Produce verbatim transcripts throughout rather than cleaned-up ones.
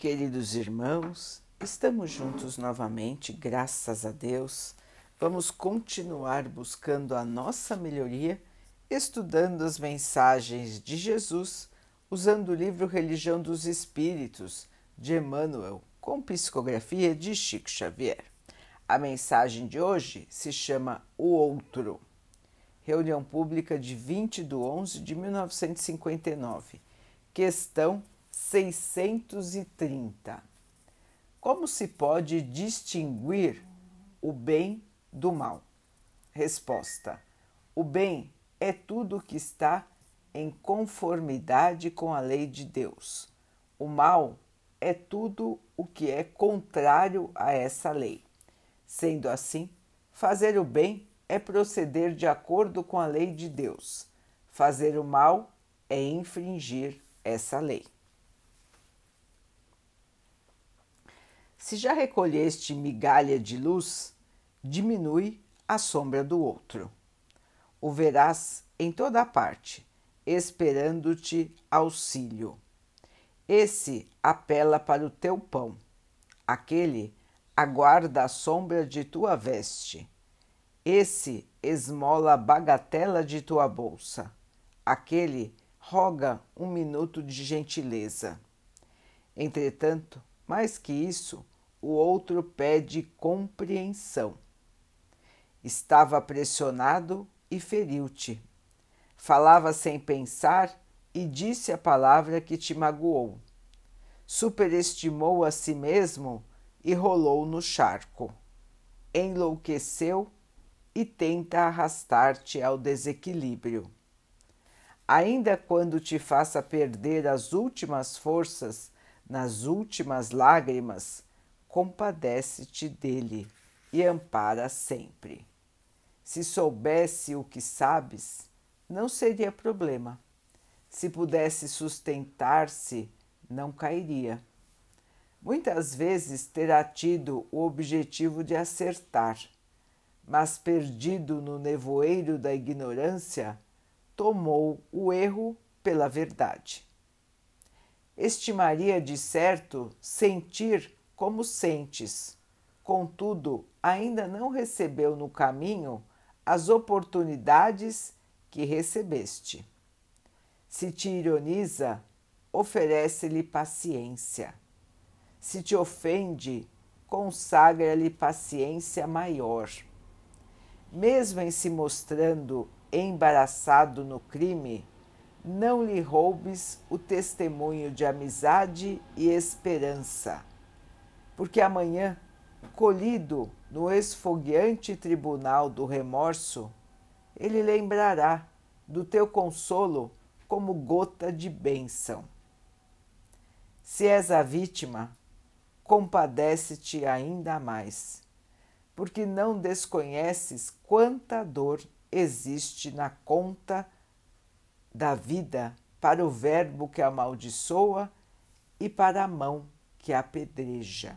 Queridos irmãos, estamos juntos novamente, graças a Deus. Vamos continuar buscando a nossa melhoria, estudando as mensagens de Jesus, usando o livro Religião dos Espíritos, de Emmanuel, com psicografia de Chico Xavier. A mensagem de hoje se chama O Outro. Reunião pública de vinte de onze de mil novecentos e cinquenta e nove. Questão seiscentos e trinta. Como se pode distinguir o bem do mal? Resposta: o bem é tudo que está em conformidade com a lei de Deus. O mal é tudo o que é contrário a essa lei. Sendo assim, fazer o bem é proceder de acordo com a lei de Deus. Fazer o mal é infringir essa lei. Se já recolheste migalha de luz, diminui a sombra do outro. O verás em toda parte, esperando-te auxílio. Esse apela para o teu pão, aquele aguarda a sombra de tua veste. Esse esmola a bagatela de tua bolsa, aquele roga um minuto de gentileza. Entretanto, mais que isso, o outro pede compreensão. Estava pressionado e feriu-te. Falava sem pensar e disse a palavra que te magoou. Superestimou a si mesmo e rolou no charco. Enlouqueceu e tenta arrastar-te ao desequilíbrio. Ainda quando te faça perder as últimas forças nas últimas lágrimas, compadece-te dele e ampara sempre. Se soubesse o que sabes, não seria problema. Se pudesse sustentar-se, não cairia. Muitas vezes terá tido o objetivo de acertar, mas perdido no nevoeiro da ignorância, tomou o erro pela verdade. Estimaria de certo sentir como sentes, contudo, ainda não recebeu no caminho as oportunidades que recebeste. Se te ironiza, oferece-lhe paciência. Se te ofende, consagra-lhe paciência maior. Mesmo em se mostrando embaraçado no crime, não lhe roubes o testemunho de amizade e esperança, porque amanhã, colhido no esfogueante tribunal do remorso, ele lembrará do teu consolo como gota de bênção. Se és a vítima, compadece-te ainda mais, porque não desconheces quanta dor existe na conta da vida para o verbo que amaldiçoa e para a mão que apedreja.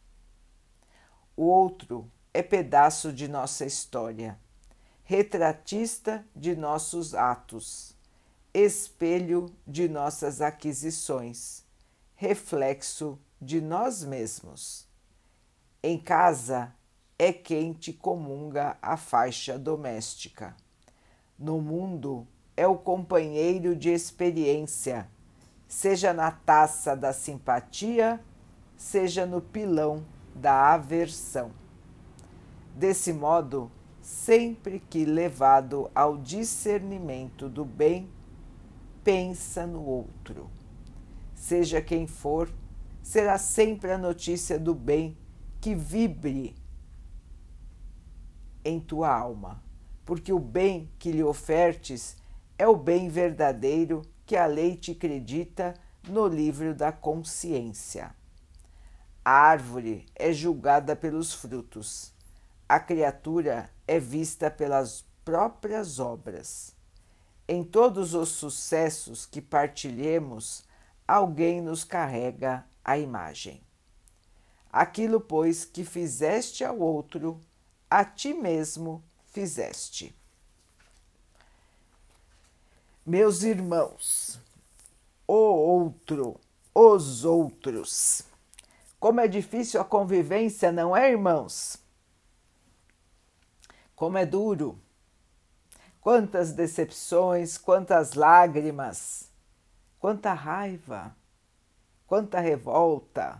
O outro é pedaço de nossa história, retratista de nossos atos, espelho de nossas aquisições, reflexo de nós mesmos. Em casa é quem te comunga a faixa doméstica. No mundo é o companheiro de experiência, seja na taça da simpatia, seja no pilão da aversão. Desse modo, sempre que levado ao discernimento do bem, pensa no outro. Seja quem for, será sempre a notícia do bem que vibre em tua alma, porque o bem que lhe ofertes é o bem verdadeiro que a lei te acredita no livro da consciência. A árvore é julgada pelos frutos, a criatura é vista pelas próprias obras. Em todos os sucessos que partilhemos, alguém nos carrega a imagem. Aquilo, pois, que fizeste ao outro, a ti mesmo fizeste. Meus irmãos, o outro, os outros, Como é difícil a convivência, não é, irmãos? Como é duro. Quantas decepções, quantas lágrimas, quanta raiva, quanta revolta,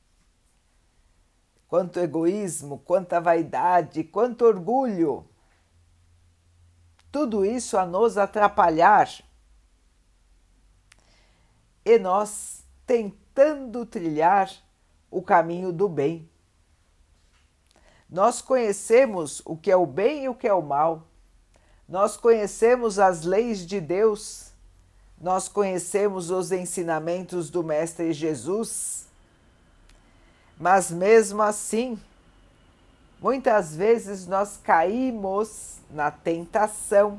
quanto egoísmo, quanta vaidade, quanto orgulho. Tudo isso a nos atrapalhar. E nós tentando trilhar o caminho do bem. Nós conhecemos o que é o bem e o que é o mal. Nós conhecemos as leis de Deus. Nós conhecemos os ensinamentos do Mestre Jesus. Mas mesmo assim, muitas vezes nós caímos na tentação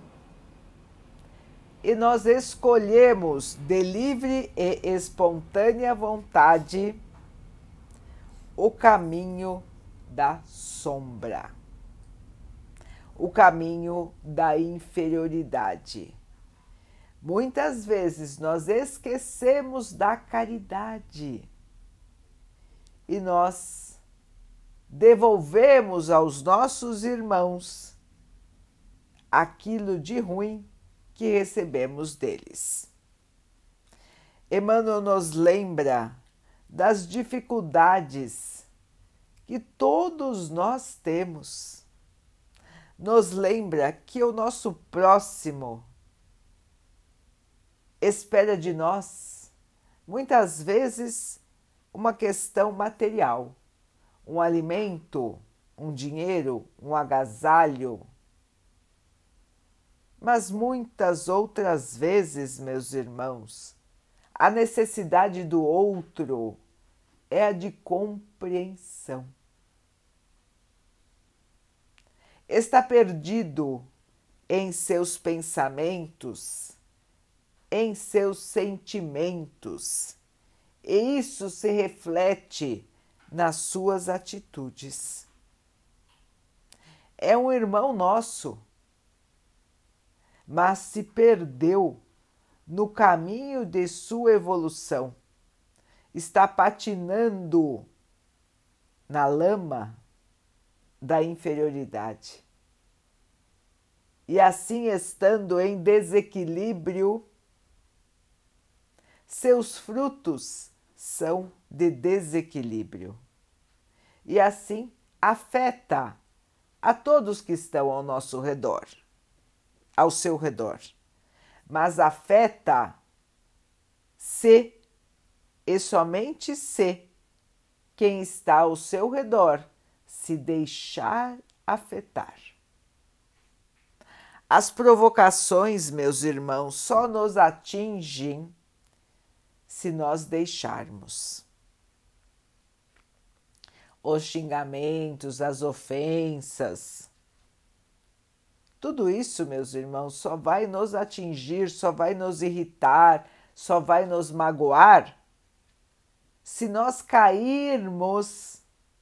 e nós escolhemos de livre e espontânea vontade o caminho da sombra, o caminho da inferioridade. Muitas vezes nós esquecemos da caridade e nós devolvemos aos nossos irmãos aquilo de ruim que recebemos deles. Emmanuel nos lembra das dificuldades que todos nós temos. Nos lembra que o nosso próximo espera de nós, muitas vezes, uma questão material, um alimento, um dinheiro, um agasalho. Mas muitas outras vezes, meus irmãos, a necessidade do outro é a de compreensão. Está perdido em seus pensamentos, em seus sentimentos, e isso se reflete nas suas atitudes. É um irmão nosso, mas se perdeu no caminho de sua evolução, está patinando na lama da inferioridade. E assim, estando em desequilíbrio, seus frutos são de desequilíbrio. E assim afeta a todos que estão ao nosso redor, ao seu redor. Mas afeta se e somente se quem está ao seu redor se deixar afetar. As provocações, meus irmãos, só nos atingem se nós deixarmos. Os xingamentos, as ofensas, tudo isso, meus irmãos, só vai nos atingir, só vai nos irritar, só vai nos magoar se nós cairmos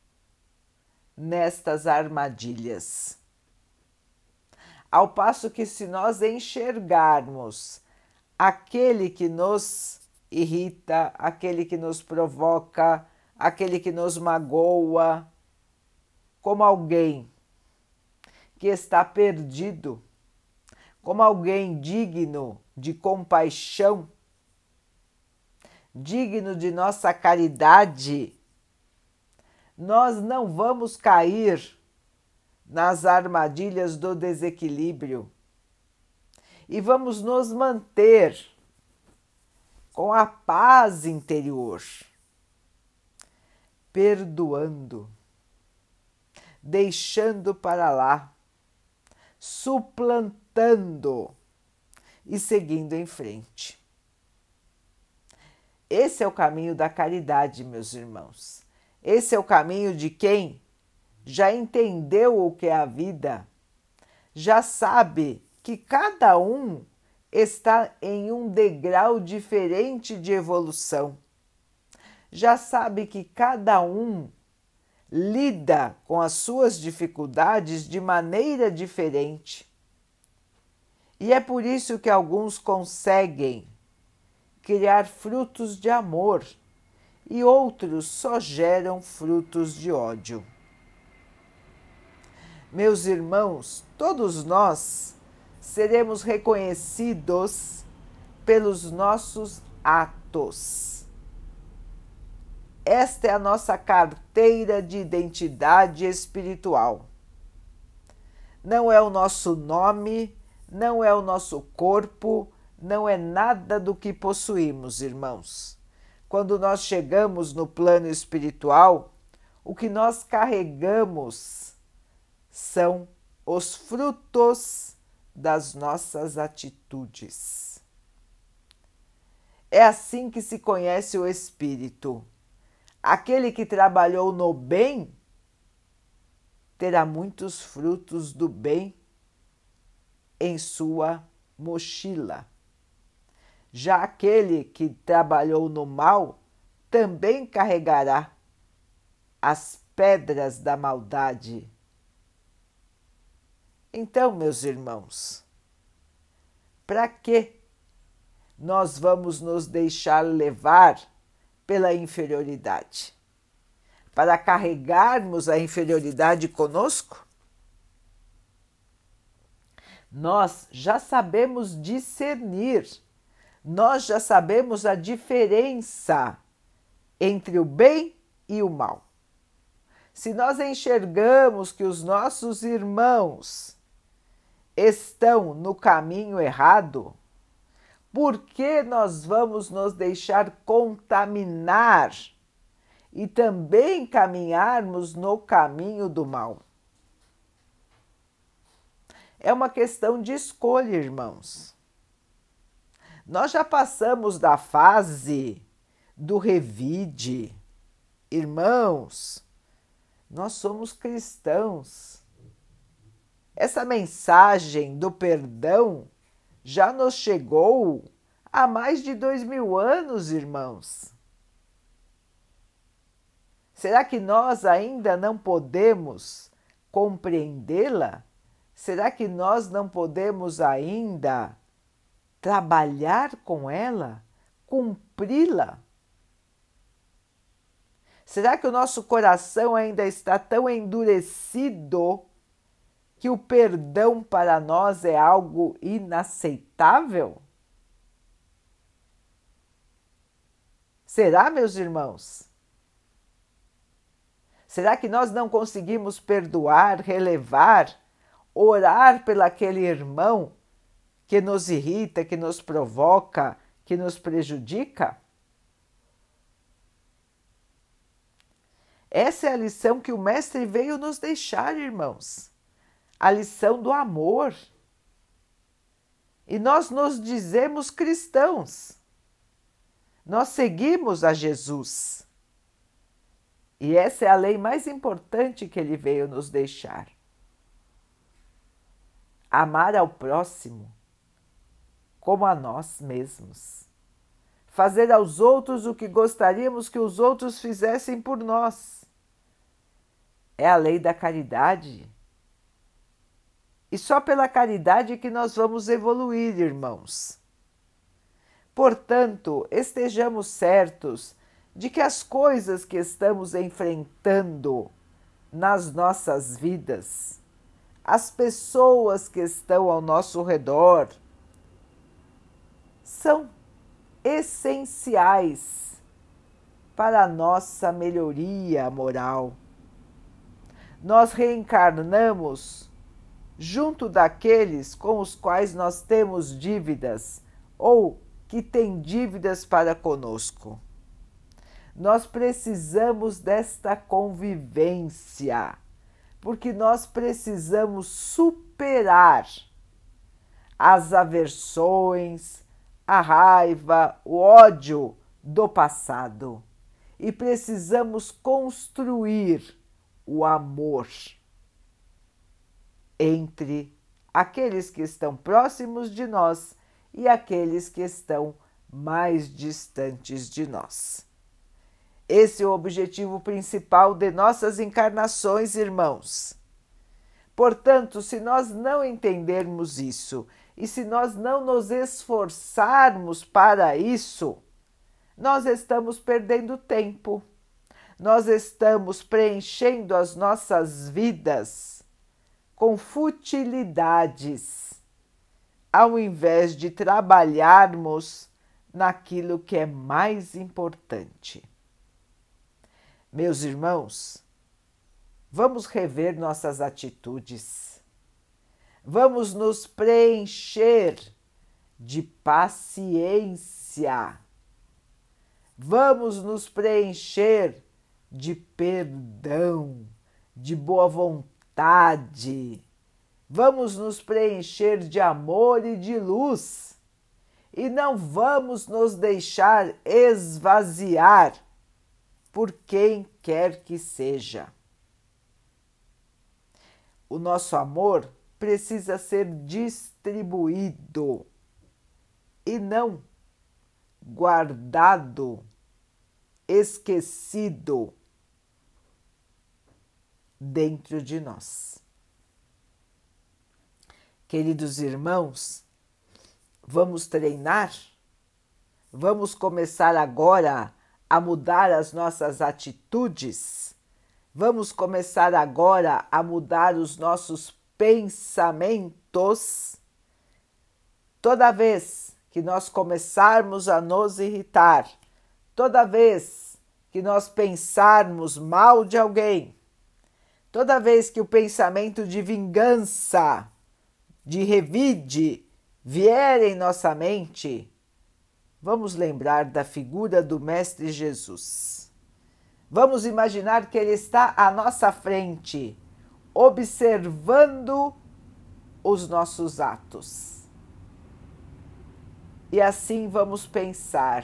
nestas armadilhas. Ao passo que, se nós enxergarmos aquele que nos irrita, aquele que nos provoca, aquele que nos magoa, como alguém que está perdido, como alguém digno de compaixão, digno de nossa caridade, nós não vamos cair nas armadilhas do desequilíbrio e vamos nos manter com a paz interior, perdoando, deixando para lá, suplantando e seguindo em frente. Esse é o caminho da caridade, meus irmãos. Esse é o caminho de quem já entendeu o que é a vida, já sabe que cada um está em um degrau diferente de evolução, já sabe que cada um lida com as suas dificuldades de maneira diferente. E é por isso que alguns conseguem criar frutos de amor e outros só geram frutos de ódio. Meus irmãos, todos nós seremos reconhecidos pelos nossos atos. Esta é a nossa carteira de identidade espiritual. Não é o nosso nome, não é o nosso corpo, não é nada do que possuímos, irmãos. Quando nós chegamos no plano espiritual, o que nós carregamos são os frutos das nossas atitudes. É assim que se conhece o espírito. Aquele que trabalhou no bem terá muitos frutos do bem em sua mochila. Já aquele que trabalhou no mal também carregará as pedras da maldade. Então, meus irmãos, para que nós vamos nos deixar levar pela inferioridade? Para carregarmos a inferioridade conosco? Nós já sabemos discernir, nós já sabemos a diferença entre o bem e o mal. Se nós enxergamos que os nossos irmãos estão no caminho errado, por que nós vamos nos deixar contaminar e também caminharmos no caminho do mal? É uma questão de escolha, irmãos. Nós já passamos da fase do revide. Irmãos, nós somos cristãos. Essa mensagem do perdão já nos chegou há mais de dois mil anos, irmãos. Será que nós ainda não podemos compreendê-la? Será que nós não podemos ainda trabalhar com ela, cumpri-la? Será que o nosso coração ainda está tão endurecido que o perdão para nós é algo inaceitável? Será, meus irmãos? Será que nós não conseguimos perdoar, relevar, orar pelaquele irmão que nos irrita, que nos provoca, que nos prejudica? Essa é a lição que o Mestre veio nos deixar, irmãos. A lição do amor. E nós nos dizemos cristãos. Nós seguimos a Jesus. E essa é a lei mais importante que ele veio nos deixar. Amar ao próximo como a nós mesmos. Fazer aos outros o que gostaríamos que os outros fizessem por nós. É a lei da caridade. E só pela caridade que nós vamos evoluir, irmãos. Portanto, estejamos certos de que as coisas que estamos enfrentando nas nossas vidas, as pessoas que estão ao nosso redor, são essenciais para a nossa melhoria moral. Nós reencarnamos junto daqueles com os quais nós temos dívidas ou que têm dívidas para conosco. Nós precisamos desta convivência, porque nós precisamos superar as aversões, a raiva, o ódio do passado e precisamos construir o amor entre aqueles que estão próximos de nós e aqueles que estão mais distantes de nós. Esse é o objetivo principal de nossas encarnações, irmãos. Portanto, se nós não entendermos isso e se nós não nos esforçarmos para isso, nós estamos perdendo tempo. Nós estamos preenchendo as nossas vidas com futilidades, ao invés de trabalharmos naquilo que é mais importante. Meus irmãos, vamos rever nossas atitudes. Vamos nos preencher de paciência. Vamos nos preencher de perdão, de boa vontade. Vamos nos preencher de amor e de luz. E não vamos nos deixar esvaziar por quem quer que seja. O nosso amor precisa ser distribuído e não guardado, esquecido dentro de nós. Queridos irmãos, vamos treinar? Vamos começar agora a mudar as nossas atitudes? Vamos começar agora a mudar os nossos pensamentos? Toda vez que nós começarmos a nos irritar, toda vez que nós pensarmos mal de alguém, toda vez que o pensamento de vingança, de revide, vier em nossa mente, vamos lembrar da figura do Mestre Jesus. Vamos imaginar que Ele está à nossa frente, observando os nossos atos. E assim vamos pensar: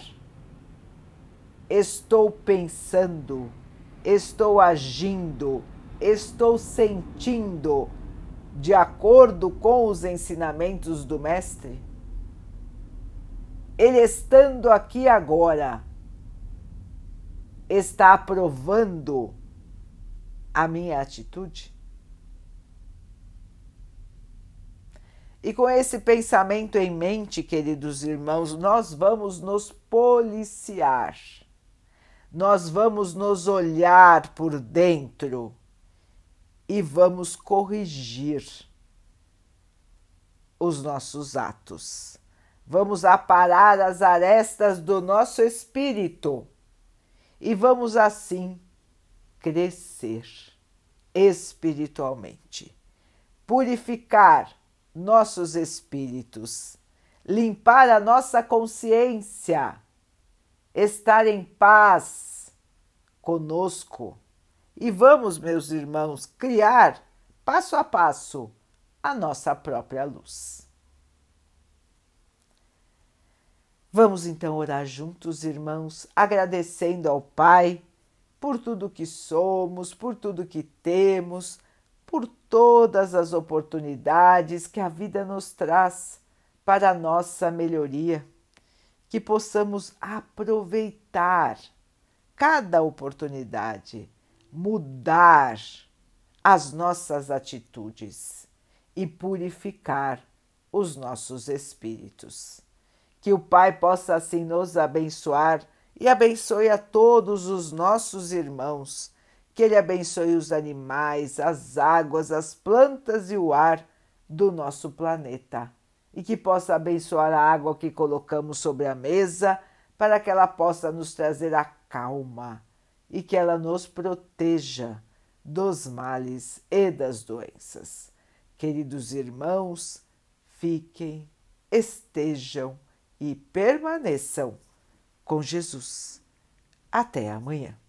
estou pensando, estou agindo, estou sentindo de acordo com os ensinamentos do Mestre? Ele estando aqui agora, está aprovando a minha atitude? E com esse pensamento em mente, queridos irmãos, nós vamos nos policiar, nós vamos nos olhar por dentro e vamos corrigir os nossos atos. Vamos aparar as arestas do nosso espírito e vamos assim crescer espiritualmente, purificar nossos espíritos, limpar a nossa consciência, estar em paz conosco. E vamos, meus irmãos, criar passo a passo a nossa própria luz. Vamos então orar juntos, irmãos, agradecendo ao Pai por tudo que somos, por tudo que temos, por todas as oportunidades que a vida nos traz para a nossa melhoria, que possamos aproveitar cada oportunidade, mudar as nossas atitudes e purificar os nossos espíritos. Que o Pai possa assim nos abençoar e abençoe a todos os nossos irmãos. Que Ele abençoe os animais, as águas, as plantas e o ar do nosso planeta. E que possa abençoar a água que colocamos sobre a mesa, para que ela possa nos trazer a calma e que ela nos proteja dos males e das doenças. Queridos irmãos, fiquem, estejam e permaneçam com Jesus. Até amanhã.